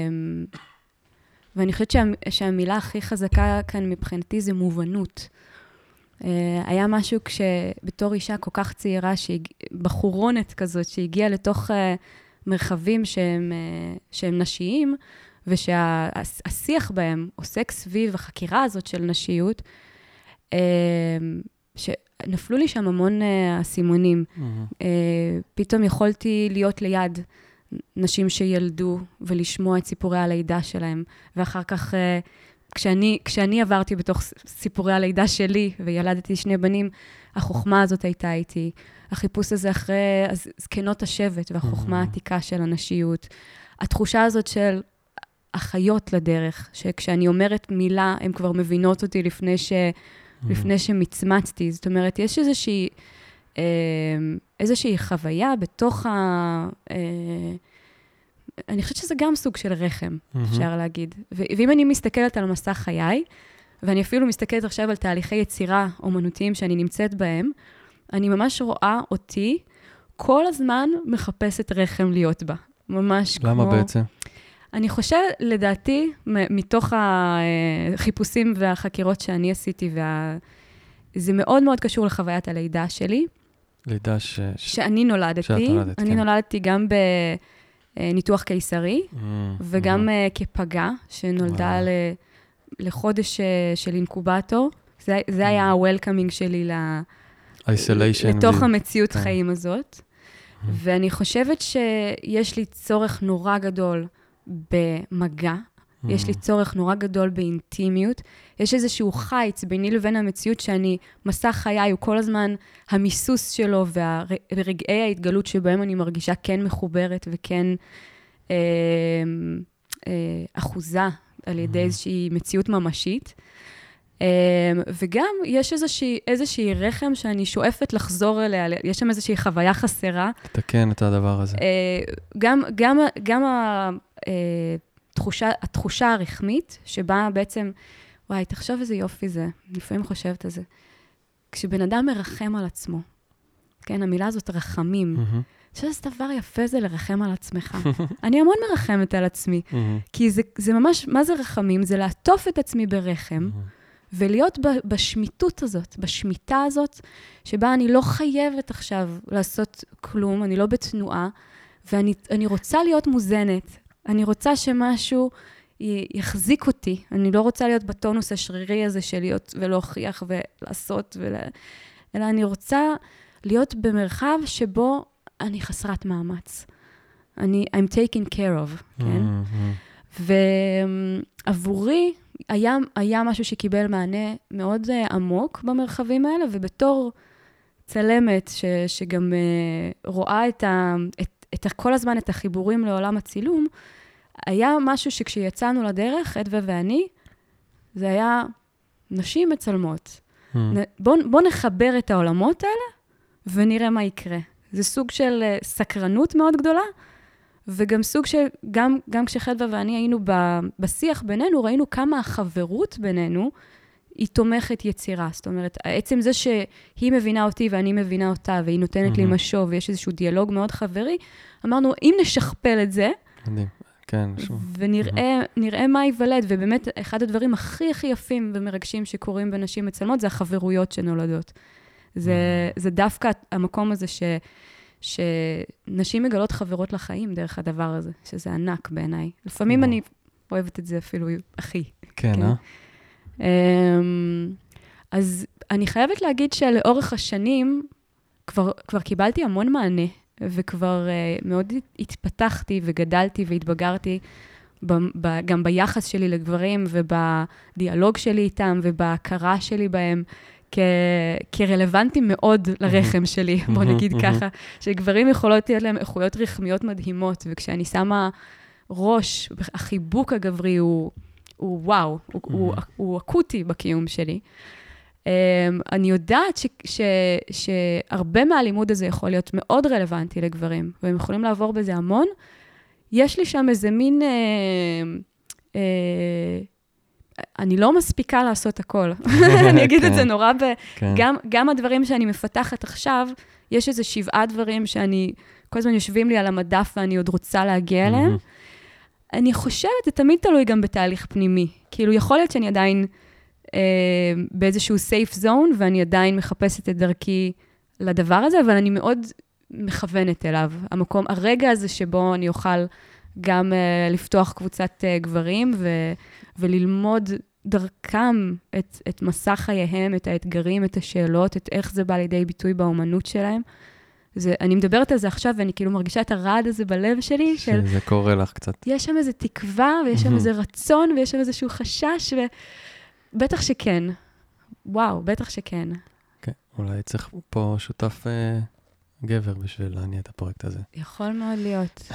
ואני חושבת שה, שהמילה הכי חזקה כאן מבחינתי זה מובנות. Uh, היה משהו כשבתור אישה כל כך צעירה, בחורונת כזאת, שהגיעה לתוך uh, מרחבים שהם, uh, שהם נשיים, ושהשיח בהם עוסק סביב החקירה הזאת של נשיות, uh, שנפלו לי שם המון uh, הסימונים. Mm-hmm. Uh, פתאום יכולתי להיות ליד נשים שילדו, ולשמוע את סיפורי הלידה שלהם, ואחר כך... Uh, כשאני, כשאני עברתי בתוך סיפורי הלידה שלי, וילדתי שני בנים, החוכמה הזאת הייתה איתי. החיפוש הזה אחרי זקנות השבט, והחוכמה העתיקה של הנשיות. התחושה הזאת של החיות לדרך, שכשאני אומרת מילה, הן כבר מבינות אותי לפני, ש, לפני שמצמצתי. זאת אומרת, יש איזושהי, איזושהי חוויה בתוך ה... אני חושבת שזה גם סוג של רחם, mm-hmm. אפשר להגיד. ו- ואם אני מסתכלת על מסע חיי, ואני אפילו מסתכלת עכשיו על תהליכי יצירה אומנותיים שאני נמצאת בהם, אני ממש רואה אותי כל הזמן מחפשת רחם להיות בה. ממש למה כמו... בעצם? אני חושבת, לדעתי, מתוך החיפושים והחקירות שאני עשיתי, וה... זה מאוד מאוד קשור לחוויית הלידה שלי. לידה ש... שאני נולדתי. שאת נולדת, אני כן. נולדתי גם בניתוח קיסרי, mm, וגם mm-hmm. כפגה, שנולדה ל... לחודש של אינקובטור. זה, זה היה ה-welcoming שלי ל... לתוך המציאות כן. חיים הזאת. Mm-hmm. ואני חושבת שיש לי צורך נורא גדול במגע, mm-hmm. יש לי צורך נורא גדול באינטימיות, יש איזשהו חיץ ביני לבין המציאות שאני, מסע חיי הוא כל הזמן המיסוס שלו ורגעי ההתגלות שבהם אני מרגישה כן מחוברת וכן אה, אה, אחוזה על ידי mm-hmm. איזושהי מציאות ממשית. Um, וגם יש איזושהי, איזושהי רחם שאני שואפת לחזור אליה, יש שם איזושהי חוויה חסרה. תתקן את הדבר הזה. Uh, גם, גם, גם התחושה, התחושה הרחמית, שבה בעצם, וואי, תחשוב איזה יופי זה, לפעמים חושבת על זה. כשבן אדם מרחם על עצמו, כן, המילה הזאת רחמים, mm-hmm. שזה דבר יפה זה לרחם על עצמך. אני המון מרחמת על עצמי, mm-hmm. כי זה, זה ממש, מה זה רחמים? זה לעטוף את עצמי ברחם, mm-hmm. ולהיות בשמיטות הזאת, בשמיטה הזאת, שבה אני לא חייבת עכשיו לעשות כלום, אני לא בתנועה, ואני אני רוצה להיות מוזנת. אני רוצה שמשהו יחזיק אותי. אני לא רוצה להיות בטונוס השרירי הזה של להיות ולהוכיח ולעשות, ולה... אלא אני רוצה להיות במרחב שבו אני חסרת מאמץ. אני, I'm taken care of, כן? Mm-hmm. ועבורי, היה, היה משהו שקיבל מענה מאוד uh, עמוק במרחבים האלה, ובתור צלמת ש, שגם uh, רואה את, ה, את, את כל הזמן את החיבורים לעולם הצילום, היה משהו שכשיצאנו לדרך, אדווה ואני, זה היה נשים מצלמות. Mm. בוא, בוא נחבר את העולמות האלה, ונראה מה יקרה. זה סוג של uh, סקרנות מאוד גדולה, וגם סוג שגם גם כשחדווה ואני היינו בשיח בינינו, ראינו כמה החברות בינינו היא תומכת יצירה. זאת אומרת, עצם זה שהיא מבינה אותי ואני מבינה אותה, והיא נותנת לי משוב, ויש איזשהו דיאלוג מאוד חברי, אמרנו, אם נשכפל את זה, כן, ונראה נראה מה ייוולד, ובאמת אחד הדברים הכי הכי יפים ומרגשים שקורים בנשים מצלמות, זה החברויות שנולדות. זה, זה דווקא המקום הזה ש... שנשים מגלות חברות לחיים דרך הדבר הזה, שזה ענק בעיניי. לפעמים אני אוהבת את זה אפילו הכי. כן, אה? אז אני חייבת להגיד שלאורך השנים כבר, כבר קיבלתי המון מענה, וכבר מאוד התפתחתי וגדלתי והתבגרתי, גם ביחס שלי לגברים ובדיאלוג שלי איתם ובהכרה שלי בהם, כרלוונטיים מאוד לרחם שלי, בוא נגיד ככה, שגברים יכולות להיות להם איכויות רחמיות מדהימות, וכשאני שמה ראש, החיבוק הגברי הוא, הוא וואו, הוא, הוא, הוא אקוטי בקיום שלי. אני יודעת ש, ש, שהרבה מהלימוד הזה יכול להיות מאוד רלוונטי לגברים, והם יכולים לעבור בזה המון. יש לי שם איזה מין... אה, אה, אני לא מספיקה לעשות הכל. אני אגיד את זה נורא ב... גם הדברים שאני מפתחת עכשיו, יש איזה שבעה דברים שאני, כל הזמן יושבים לי על המדף ואני עוד רוצה להגיע אליהם. אני חושבת, זה תמיד תלוי גם בתהליך פנימי. כאילו, יכול להיות שאני עדיין באיזשהו safe zone, ואני עדיין מחפשת את דרכי לדבר הזה, אבל אני מאוד מכוונת אליו. המקום, הרגע הזה שבו אני אוכל גם לפתוח קבוצת גברים, ו... וללמוד דרכם את, את מסע חייהם, את האתגרים, את השאלות, את איך זה בא לידי ביטוי באומנות שלהם. זה, אני מדברת על זה עכשיו, ואני כאילו מרגישה את הרעד הזה בלב שלי. שזה של, קורה לך קצת. יש שם איזו תקווה, ויש שם איזה רצון, ויש שם איזשהו חשש, ובטח שכן. וואו, בטח שכן. כן, אולי צריך פה שותף אה, גבר בשביל להניע את הפרויקט הזה. יכול מאוד להיות.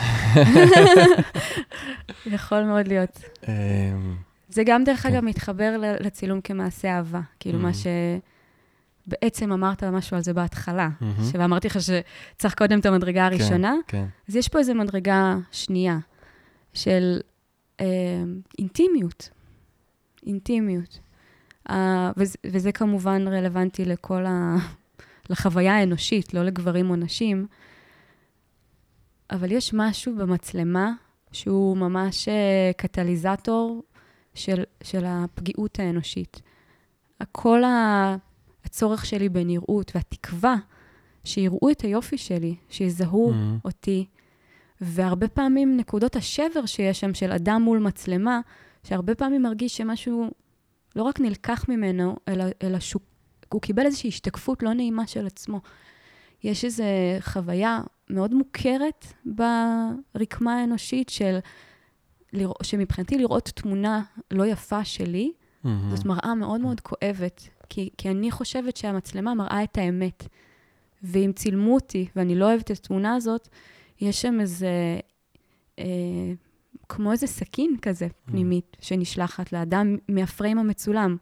יכול מאוד להיות. זה גם דרך אגב מתחבר לצילום כמעשה אהבה. כאילו מה שבעצם אמרת משהו על זה בהתחלה, ואמרתי לך שצריך קודם את המדרגה הראשונה, אז יש פה איזו מדרגה שנייה של אינטימיות. אינטימיות. וזה כמובן רלוונטי לכל ה... לחוויה האנושית, לא לגברים או נשים, אבל יש משהו במצלמה שהוא ממש קטליזטור של, של הפגיעות האנושית. כל הצורך שלי בנראות והתקווה שיראו את היופי שלי, שיזהו mm-hmm. אותי, והרבה פעמים נקודות השבר שיש שם של אדם מול מצלמה, שהרבה פעמים מרגיש שמשהו לא רק נלקח ממנו, אלא, אלא שהוא, הוא קיבל איזושהי השתקפות לא נעימה של עצמו. יש איזו חוויה מאוד מוכרת ברקמה האנושית של, שמבחינתי לראות תמונה לא יפה שלי, mm-hmm. זאת מראה מאוד מאוד כואבת, כי, כי אני חושבת שהמצלמה מראה את האמת. ואם צילמו אותי, ואני לא אוהבת את התמונה הזאת, יש שם איזה, אה, כמו איזה סכין כזה, פנימית, שנשלחת לאדם מהפריים המצולם.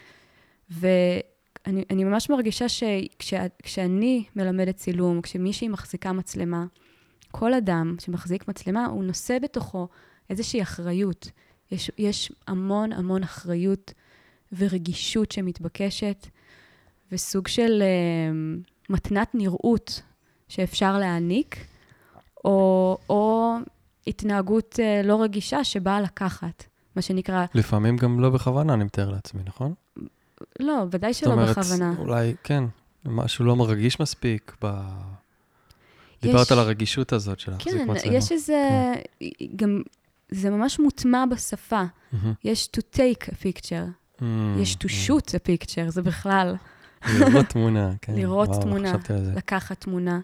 ואני אני ממש מרגישה שכשאני מלמדת צילום, כשמישהי מחזיקה מצלמה, כל אדם שמחזיק מצלמה, הוא נושא בתוכו איזושהי אחריות. יש, יש המון המון אחריות ורגישות שמתבקשת, וסוג של אה, מתנת נראות שאפשר להעניק, או, או התנהגות אה, לא רגישה שבאה לקחת, מה שנקרא... לפעמים גם לא בכוונה, אני מתאר לעצמי, נכון? לא, ודאי שלא אומרת, בכוונה. אולי, כן, משהו לא מרגיש מספיק ב... יש... דיברת על הרגישות הזאת של להחזיק כן, מצלמה. כן, יש איזה... כן. גם... זה ממש מוטמע בשפה. Mm-hmm. יש to take a picture. Mm-hmm. יש to shoot a picture, זה בכלל. לראות תמונה, כן. לראות וואו, תמונה, לקחת תמונה.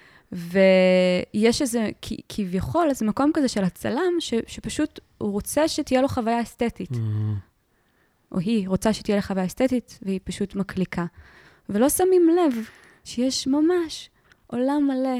ויש איזה, כביכול, איזה מקום כזה של הצלם, ש, שפשוט הוא רוצה שתהיה לו חוויה אסתטית. Mm-hmm. או היא רוצה שתהיה לה חוויה אסתטית, והיא פשוט מקליקה. ולא שמים לב שיש ממש עולם מלא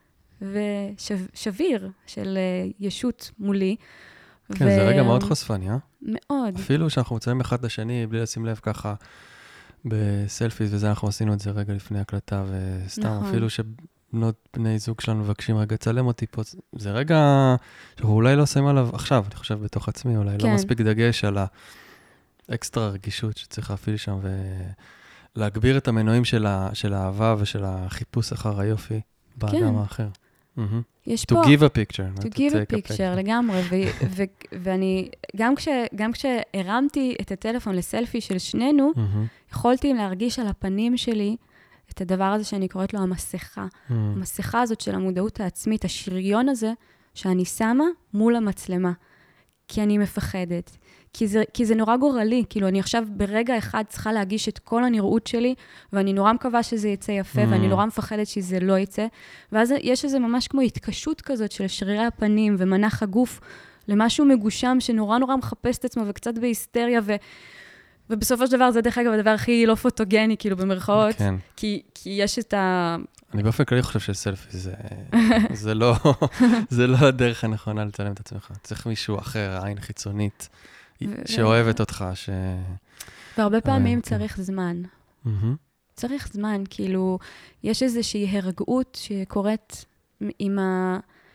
ושביר של ישות מולי. כן, ו... זה רגע מאוד חושפני, אה? מאוד. אפילו שאנחנו מצלמים אחד לשני, בלי לשים לב ככה, בסלפיס, וזה אנחנו עשינו את זה רגע לפני הקלטה, וסתם נכון. אפילו שבנות בני זוג שלנו מבקשים רגע, צלם אותי פה, זה רגע שאנחנו אולי לא שמים עליו עכשיו, אני חושב בתוך עצמי, אולי כן. לא מספיק דגש על האקסטרה רגישות שצריך להפעיל שם, ולהגביר את המנועים של, ה... של האהבה ושל החיפוש אחר היופי באדם כן. האחר. Mm-hmm. יש to פה, give a picture. to give a picture, a לגמרי, ו- ו- ואני, גם כש, גם כשהרמתי את הטלפון לסלפי של שנינו, mm-hmm. יכולתי להרגיש על הפנים שלי את הדבר הזה שאני קוראת לו המסכה. Mm-hmm. המסכה הזאת של המודעות העצמית, השריון הזה שאני שמה מול המצלמה, כי אני מפחדת. כי זה, כי זה נורא גורלי, כאילו אני עכשיו ברגע אחד צריכה להגיש את כל הנראות שלי, ואני נורא מקווה שזה יצא יפה, mm. ואני נורא מפחדת שזה לא יצא, ואז יש איזה ממש כמו התקשות כזאת של שרירי הפנים ומנח הגוף, למשהו מגושם שנורא נורא מחפש את עצמו, וקצת בהיסטריה, ו, ובסופו של דבר זה דרך אגב הדבר הכי לא פוטוגני, כאילו במרכאות, כן. כי, כי יש את ה... אני באופן כללי חושב שסלפי זה, זה לא, זה לא הדרך הנכונה לצלם את עצמך. צריך מישהו אחר, עין חיצונית, שאוהבת אותך, ש... והרבה פעמים צריך זמן. צריך זמן, כאילו, יש איזושהי הרגעות שקורית עם ה...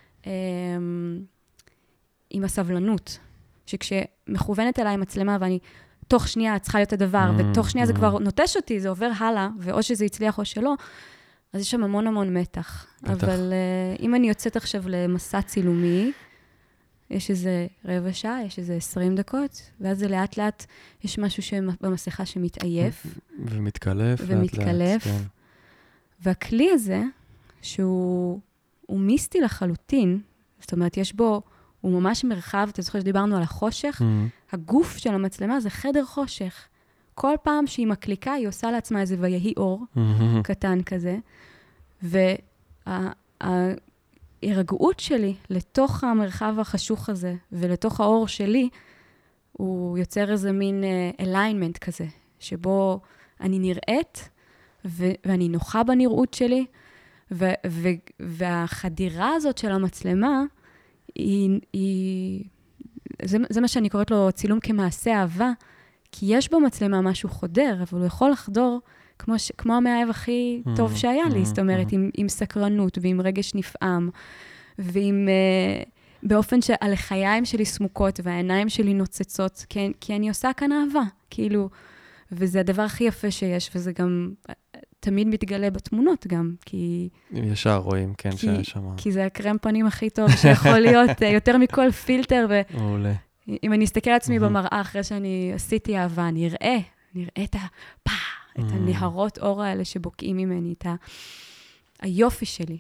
עם הסבלנות, שכשמכוונת אליי מצלמה, ואני תוך שנייה צריכה להיות הדבר, ותוך שנייה זה כבר נוטש אותי, זה עובר הלאה, ואו שזה יצליח או שלא, אז יש שם המון המון מתח. אבל אם אני יוצאת עכשיו למסע צילומי, יש איזה רבע שעה, יש איזה עשרים דקות, ואז זה לאט לאט, יש משהו במסכה שמתעייף. ומתקלף. ומתקלף. כן. והכלי הזה, שהוא מיסטי לחלוטין, זאת אומרת, יש בו, הוא ממש מרחב, אתה זוכר שדיברנו על החושך, mm-hmm. הגוף של המצלמה זה חדר חושך. כל פעם שהיא מקליקה, היא עושה לעצמה איזה ויהי אור, mm-hmm. קטן כזה, וה... ההרגעות שלי לתוך המרחב החשוך הזה, ולתוך האור שלי, הוא יוצר איזה מין alignment כזה, שבו אני נראית, ו- ואני נוחה בנראות שלי, ו- ו- והחדירה הזאת של המצלמה, היא, היא, זה, זה מה שאני קוראת לו צילום כמעשה אהבה, כי יש במצלמה משהו חודר, אבל הוא יכול לחדור, כמו, ש, כמו המאהב הכי טוב שהיה לי, זאת אומרת, עם, עם סקרנות ועם רגש נפעם, ועם, uh, באופן שהלחיים שלי סמוקות והעיניים שלי נוצצות, כי, כי אני עושה כאן אהבה, כאילו, וזה הדבר הכי יפה שיש, וזה גם תמיד מתגלה בתמונות גם, כי... ישר רואים, כן, כי, שיש שם. כי זה הקרם פנים הכי טוב שיכול להיות, יותר מכל פילטר. ו... מעולה. אם אני אסתכל על עצמי במראה אחרי שאני עשיתי אהבה, אני אראה, אני אראה את ה... פא, את הנהרות אור האלה שבוקעים ממני, את ה... היופי שלי.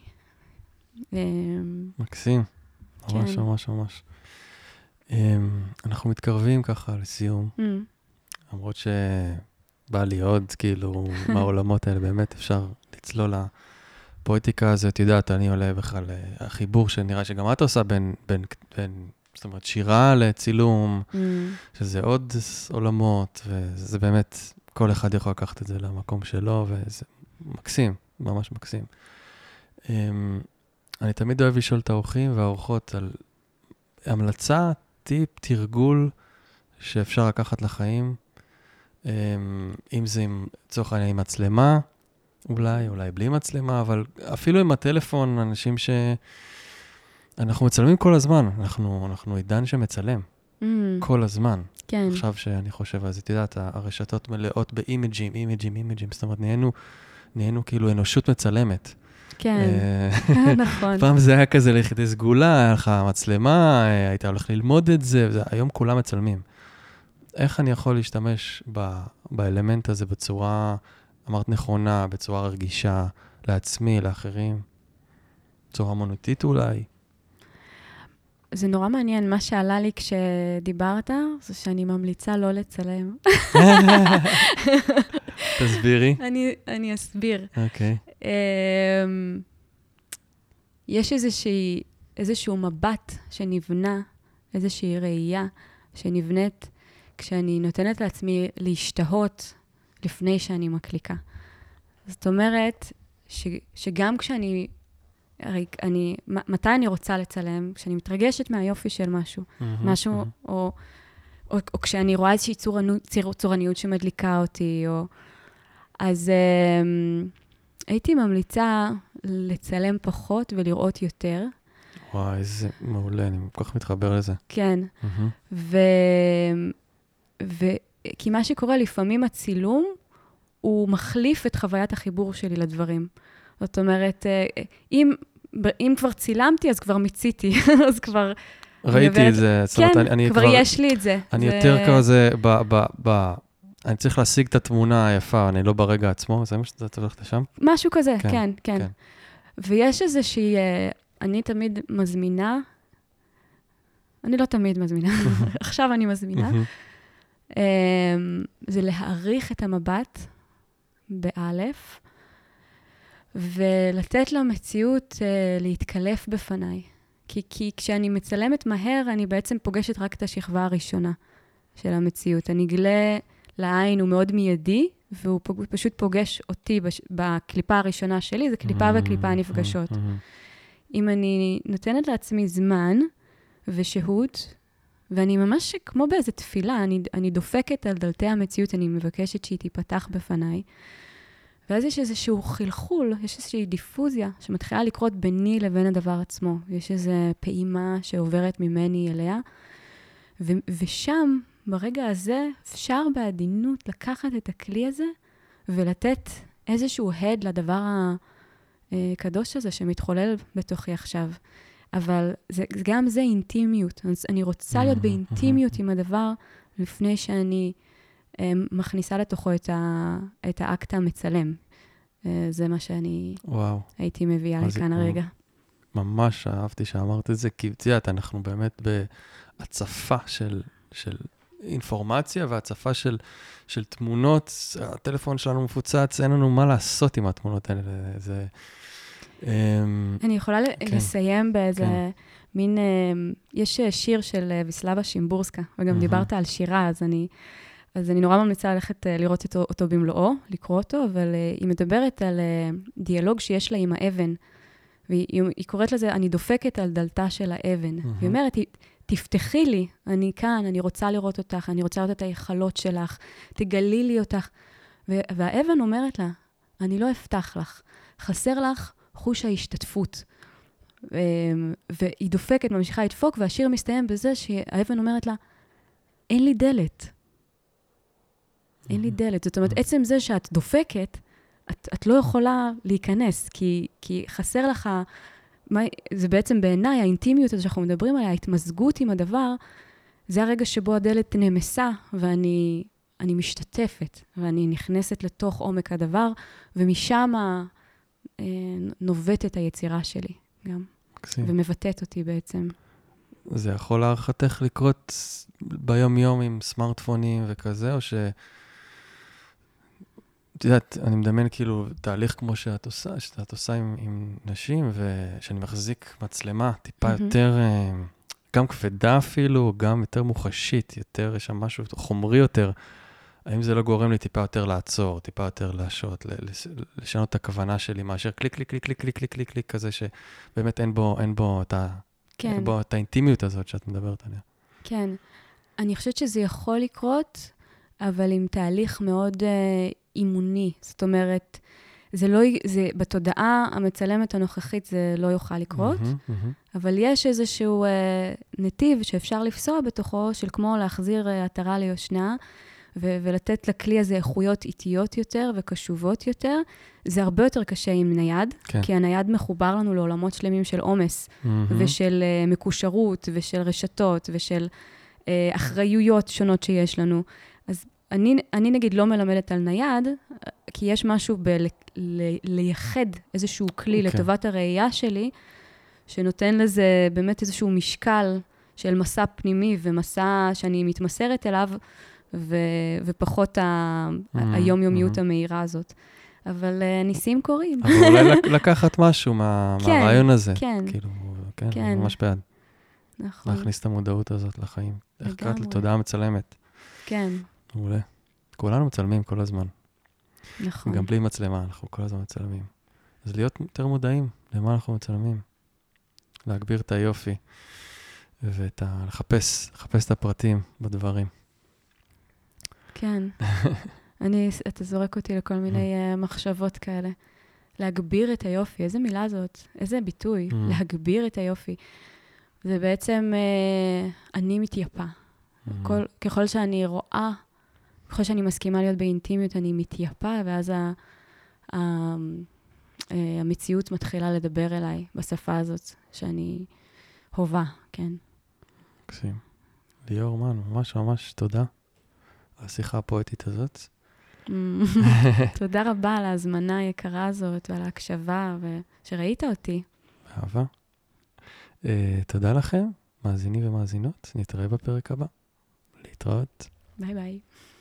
מקסים. ממש, ממש, ממש. אנחנו מתקרבים ככה לסיום. למרות שבא לי עוד, כאילו, מהעולמות האלה, באמת אפשר לצלול לפואטיקה הזאת. את יודעת, אני עולה בכלל החיבור שנראה שגם את עושה בין, בין, בין, זאת אומרת, שירה לצילום, שזה עוד עולמות, וזה באמת, כל אחד יכול לקחת את זה למקום שלו, וזה מקסים, ממש מקסים. אני תמיד אוהב לשאול את האורחים והאורחות על המלצה, טיפ, תרגול שאפשר לקחת לחיים, אם זה עם, צורך העניין עם מצלמה, אולי, אולי בלי מצלמה, אבל אפילו עם הטלפון, אנשים ש... אנחנו מצלמים כל הזמן, אנחנו, אנחנו עידן שמצלם, mm. כל הזמן. כן. עכשיו שאני חושב, אז את יודעת, הרשתות מלאות באימג'ים, אימג'ים, אימג'ים, זאת אומרת, נהיינו, נהיינו כאילו אנושות מצלמת. כן, נכון. פעם זה היה כזה ליחידי סגולה, היה לך מצלמה, היית הולך ללמוד את זה, וזה, היום כולם מצלמים. איך אני יכול להשתמש ב, באלמנט הזה בצורה, אמרת נכונה, בצורה רגישה, לעצמי, לאחרים? בצורה מונוטית אולי? זה נורא מעניין, מה שעלה לי כשדיברת, זה שאני ממליצה לא לצלם. תסבירי. אני, אני אסביר. אוקיי. Okay. Um, יש איזושהי, איזשהו מבט שנבנה, איזושהי ראייה שנבנית, כשאני נותנת לעצמי להשתהות לפני שאני מקליקה. זאת אומרת, ש, שגם כשאני, הרי אני, מתי אני רוצה לצלם? כשאני מתרגשת מהיופי של משהו, mm-hmm, משהו, mm-hmm. או, או, או כשאני רואה איזושהי צורנות, ציר, צורניות שמדליקה אותי, או... אז um, הייתי ממליצה לצלם פחות ולראות יותר. וואי, איזה מעולה, אני כל כך מתחבר לזה. כן. Mm-hmm. ו... ו... כי מה שקורה, לפעמים הצילום, הוא מחליף את חוויית החיבור שלי לדברים. זאת אומרת, אם, אם כבר צילמתי, אז כבר מיציתי, אז כבר... ראיתי עוברת... את זה. כן, אומרת, אני כבר כבר... יש לי את זה. אני זה... יותר כזה, ב, ב, ב... אני צריך להשיג את התמונה היפה, אני לא ברגע עצמו, זה מה שאתה הולכת לשם? משהו כזה, כן, כן, כן. כן. ויש איזושהי, אני תמיד מזמינה, אני לא תמיד מזמינה, עכשיו אני מזמינה, זה להעריך את המבט, באלף, ולתת למציאות להתקלף בפניי. כי, כי כשאני מצלמת מהר, אני בעצם פוגשת רק את השכבה הראשונה של המציאות. אני גלה לעין, הוא מאוד מיידי, והוא פשוט פוגש אותי בש... בקליפה הראשונה שלי, זה קליפה וקליפה נפגשות. אם אני נותנת לעצמי זמן ושהות, ואני ממש כמו באיזו תפילה, אני, אני דופקת על דלתי המציאות, אני מבקשת שהיא תיפתח בפניי, ואז יש איזשהו חלחול, יש איזושהי דיפוזיה שמתחילה לקרות ביני לבין הדבר עצמו. יש איזו פעימה שעוברת ממני אליה, ו- ושם, ברגע הזה, אפשר בעדינות לקחת את הכלי הזה, ולתת איזשהו הד לדבר הקדוש הזה שמתחולל בתוכי עכשיו. אבל זה, גם זה אינטימיות. אני רוצה להיות באינטימיות עם הדבר, לפני שאני מכניסה לתוכו את, ה, את האקט המצלם. זה מה שאני וואו. הייתי מביאה לכאן הרגע. ממש אהבתי שאמרת את זה, כי תיאת, אנחנו באמת בהצפה של, של אינפורמציה, והצפה של, של תמונות. הטלפון שלנו מפוצץ, אין לנו מה לעשות עם התמונות האלה. זה... אני יכולה כן. לסיים באיזה כן. מין, יש שיר של ויסלבה שימבורסקה, וגם דיברת על שירה, אז אני, אז אני נורא ממליצה ללכת לראות אותו, אותו במלואו, לקרוא אותו, אבל היא מדברת על דיאלוג שיש לה עם האבן, והיא היא קוראת לזה, אני דופקת על דלתה של האבן. והיא אומרת, תפתחי לי, אני כאן, אני רוצה לראות אותך, אני רוצה לראות את היכלות שלך, תגלי לי אותך. והאבן אומרת לה, אני לא אפתח לך, חסר לך חוש ההשתתפות. והיא דופקת, ממשיכה לדפוק, והשיר מסתיים בזה שהאבן אומרת לה, אין לי דלת. אין לי דלת. זאת אומרת, עצם זה שאת דופקת, את, את לא יכולה להיכנס, כי, כי חסר לך, מה, זה בעצם בעיניי, האינטימיות הזו שאנחנו מדברים עליה, ההתמזגות עם הדבר, זה הרגע שבו הדלת נמסה, ואני אני משתתפת, ואני נכנסת לתוך עומק הדבר, ומשם אה, נובט את היצירה שלי גם, מקסים. ומבטאת אותי בעצם. זה יכול להערכתך לקרות ביום יום עם סמארטפונים וכזה, או ש... את יודעת, אני מדמיין כאילו תהליך כמו שאת עושה, שאת עושה עם, עם נשים, ושאני מחזיק מצלמה טיפה mm-hmm. יותר, גם כבדה אפילו, גם יותר מוחשית, יותר, יש שם משהו חומרי יותר. האם זה לא גורם לי טיפה יותר לעצור, טיפה יותר להשעות, לשנות את הכוונה שלי, מאשר קליק, קליק, קליק, קליק, קליק, קליק, קליק, קליק, כזה שבאמת אין בו, אין בו את ה... כן. אין בו את האינטימיות הזאת שאת מדברת עליה. כן. אני חושבת שזה יכול לקרות, אבל עם תהליך מאוד uh, אימוני. זאת אומרת, זה לא, זה, בתודעה המצלמת הנוכחית זה לא יוכל לקרות, mm-hmm, mm-hmm. אבל יש איזשהו uh, נתיב שאפשר לפסוע בתוכו, של כמו להחזיר uh, עטרה ליושנה, ו- ולתת לכלי הזה איכויות איטיות יותר וקשובות יותר. זה הרבה יותר קשה עם נייד, כן. כי הנייד מחובר לנו לעולמות שלמים של עומס, mm-hmm. ושל uh, מקושרות, ושל רשתות, ושל uh, אחריויות שונות שיש לנו. אז אני, אני נגיד לא מלמדת על נייד, כי יש משהו בלייחד איזשהו כלי okay. לטובת הראייה שלי, שנותן לזה באמת איזשהו משקל של מסע פנימי, ומסע שאני מתמסרת אליו, ו, ופחות ה, mm-hmm. היומיומיות mm-hmm. המהירה הזאת. אבל uh, ניסים קורים. אבל אולי לקחת משהו מה, כן, מהרעיון הזה. כן. כאילו, כן, כן. ממש בעד. נכון. להכניס את המודעות הזאת לחיים. איך קראת לתודעה מצלמת. כן. מעולה. כולנו מצלמים כל הזמן. נכון. גם בלי מצלמה, אנחנו כל הזמן מצלמים. אז להיות יותר מודעים למה אנחנו מצלמים. להגביר את היופי, ולחפש, לחפש את הפרטים בדברים. כן. אני, אתה זורק אותי לכל מיני uh, מחשבות כאלה. להגביר את היופי, איזה מילה זאת? איזה ביטוי? להגביר את היופי. זה בעצם, uh, אני מתייפה. כל, ככל שאני רואה, ככל שאני מסכימה להיות באינטימיות, אני מתייפה, ואז ה, ה, המציאות מתחילה לדבר אליי בשפה הזאת, שאני הובה, כן. מקסים. ליאור מן, ממש ממש תודה על השיחה הפואטית הזאת. תודה רבה על ההזמנה היקרה הזאת, ועל ההקשבה, ושראית אותי. אהבה. Uh, תודה לכם, מאזינים ומאזינות. נתראה בפרק הבא. להתראות. ביי ביי.